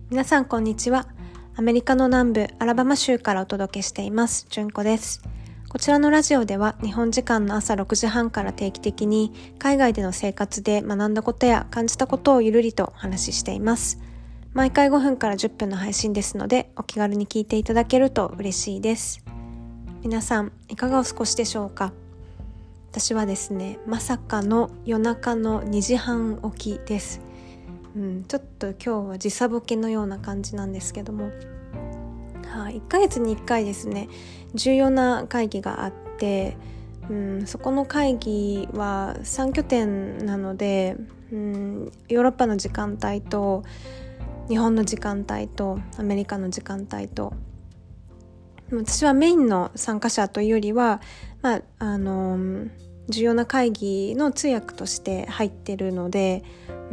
皆さんこんにちは。アメリカの南部アラバマ州からお届けしています純子です。こちらのラジオでは日本時間の朝6時半から定期的に海外での生活で学んだことや感じたことをゆるりとお話ししています。毎回5分から10分の配信ですので、お気軽に聞いていただけると嬉しいです。皆さんいかがお過ごしでしょうか。私はですね、まさかの夜中の2時半起きです。ちょっと今日は時差ボケのような感じなんですけども、1ヶ月に1回ですね、重要な会議があって、そこの会議は3拠点なので、ヨーロッパの時間帯と日本の時間帯とアメリカの時間帯と、私はメインの参加者というよりは、重要な会議の通訳として入ってるので、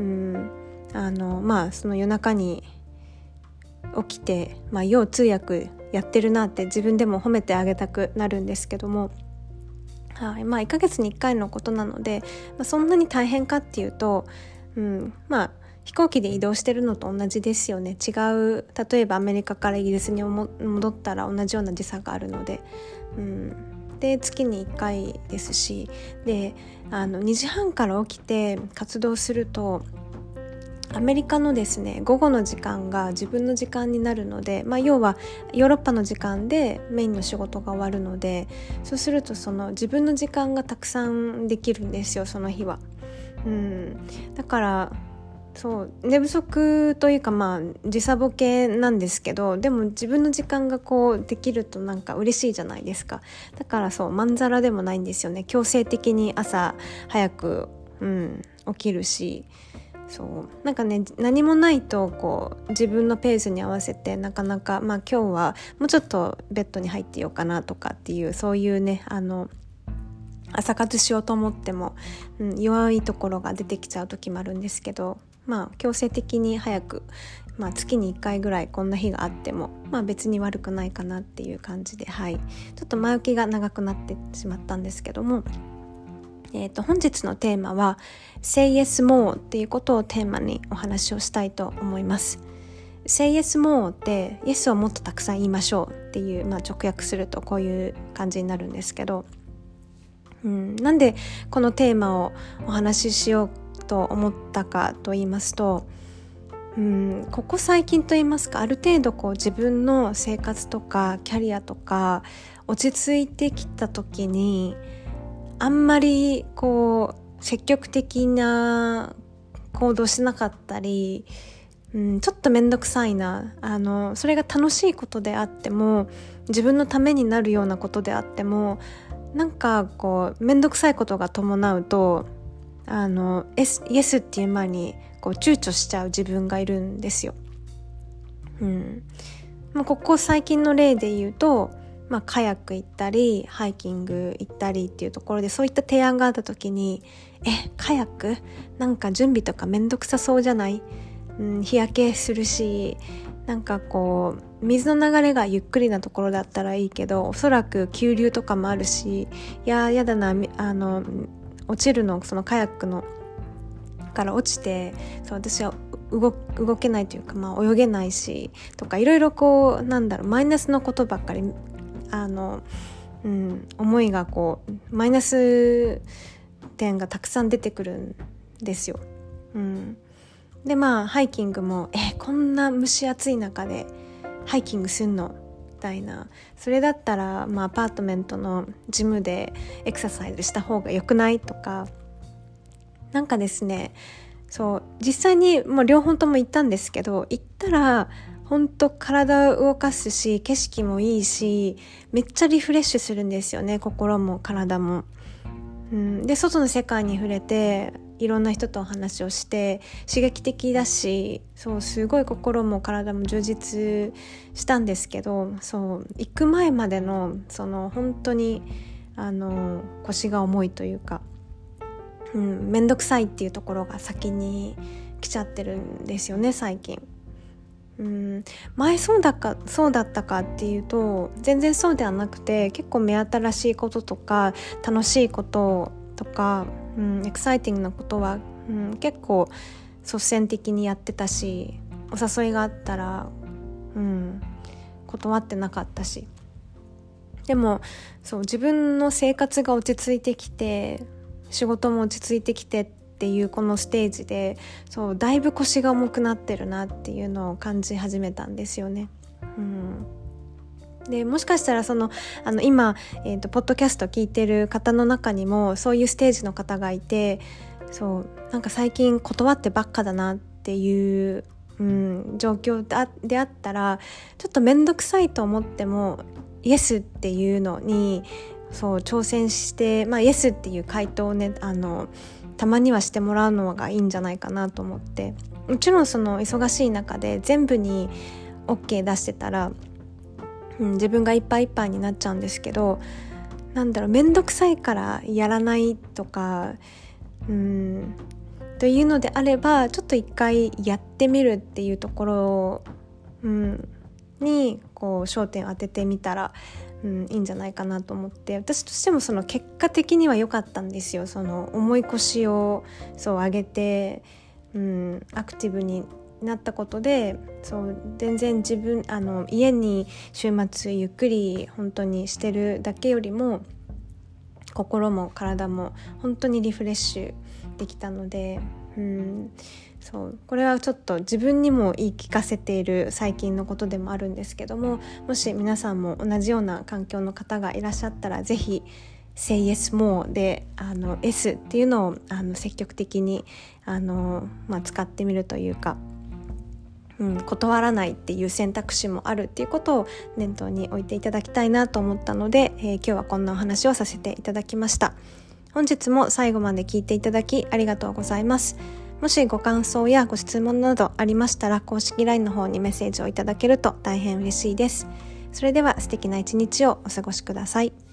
その夜中に起きて、要通訳やってるなって自分でも褒めてあげたくなるんですけども、1ヶ月に1回のことなので、そんなに大変かっていうと、飛行機で移動してるのと同じですよね。違う、例えばアメリカからイギリスに戻ったら同じような時差があるので、で月に1回ですし、で2時半から起きて活動するとアメリカのですね午後の時間が自分の時間になるので、要はヨーロッパの時間でメインの仕事が終わるので、そうするとその自分の時間がたくさんできるんですよ、その日は。だからそう寝不足というか時差ボケなんですけど、でも自分の時間がこうできるとなんか嬉しいじゃないですか。だからまんざらでもないんですよね。強制的に朝早く、起きるし、なんかね、何もないとこう自分のペースに合わせてなかなか今日はもうちょっとベッドに入ってようかなとかっていう、そういうね朝活しようと思っても、弱いところが出てきちゃう時もあるんですけど、強制的に早く、月に1回ぐらいこんな日があっても、別に悪くないかなっていう感じで、ちょっと前置きが長くなってしまったんですけども、本日のテーマは Say Yes More っていうことをテーマにお話をしたいと思います。Say Yes More って Yes をもっとたくさん言いましょうっていう、直訳するとこういう感じになるんですけど、なんでこのテーマをお話ししようと思ったかと言いますと、ここ最近と言いますか、ある程度こう自分の生活とかキャリアとか落ち着いてきた時に、あんまりこう積極的な行動しなかったり、ちょっとめんどくさいな、それが楽しいことであっても自分のためになるようなことであっても、なんかこうめんどくさいことが伴うとイエスっていう前にこう躊躇しちゃう自分がいるんですよ。ここ最近の例で言うと、カヤック行ったりハイキング行ったりっていうところで、そういった提案があった時に、カヤックなんか準備とかめんどくさそうじゃない？日焼けするし、なんかこう水の流れがゆっくりなところだったらいいけど、おそらく急流とかもあるし、やだな、落ちるの、そのカヤックのから落ちて、私は動けないというか、泳げないしとか、いろいろこうマイナスのことばっかり思いがこうマイナス点がたくさん出てくるんですよ。でハイキングもこんな蒸し暑い中でハイキングすんのみたいな、それだったらアパートメントのジムでエクササイズした方が良くないとか、なんかですね、実際にもう両方とも行ったんですけど、行ったら本当体を動かすし、景色もいいし、めっちゃリフレッシュするんですよね、心も体も。で外の世界に触れていろんな人とお話をして刺激的だし、すごい心も体も充実したんですけど、行く前までの本当に腰が重いというか、めんどくさいっていうところが先に来ちゃってるんですよね、最近。前そうだったかっていうと全然そうではなくて、結構目新しいこととか楽しいこととか、エキサイティングなことは、結構率先的にやってたし、 お誘いがあったら、断ってなかったし、でもそう自分の生活が落ち着いてきて仕事も落ち着いてきてっていうこのステージで、そうだいぶ腰が重くなってるなっていうのを感じ始めたんですよね。でもしかしたら今、ポッドキャスト聞いてる方の中にもそういうステージの方がいて、そうなんか最近断ってばっかだなっていう、状況であったら、ちょっと面倒くさいと思ってもイエスっていうのにそう挑戦して、イエスっていう回答をねたまにはしてもらうのがいいんじゃないかなと思って、もちろんその忙しい中で全部に OK 出してたら、自分がいっぱいいっぱいになっちゃうんですけど、面倒くさいからやらないとかというのであれば、ちょっと一回やってみるっていうところ、にこう焦点を当ててみたら、いいんじゃないかなと思って、私としてもその結果的には良かったんですよ。その重い腰を上げて、アクティブになったことで、全然自分家に週末ゆっくり本当にしてるだけよりも心も体も本当にリフレッシュできたので、これはちょっと自分にも言い聞かせている最近のことでもあるんですけども、もし皆さんも同じような環境の方がいらっしゃったら、ぜひ Say Yes More でS っていうのを積極的に使ってみるというか、断らないっていう選択肢もあるっていうことを念頭に置いていただきたいなと思ったので、今日はこんなお話をさせていただきました。本日も最後まで聞いていただきありがとうございます。もしご感想やご質問などありましたら、公式 LINE の方にメッセージをいただけると大変嬉しいです。それでは素敵な一日をお過ごしください。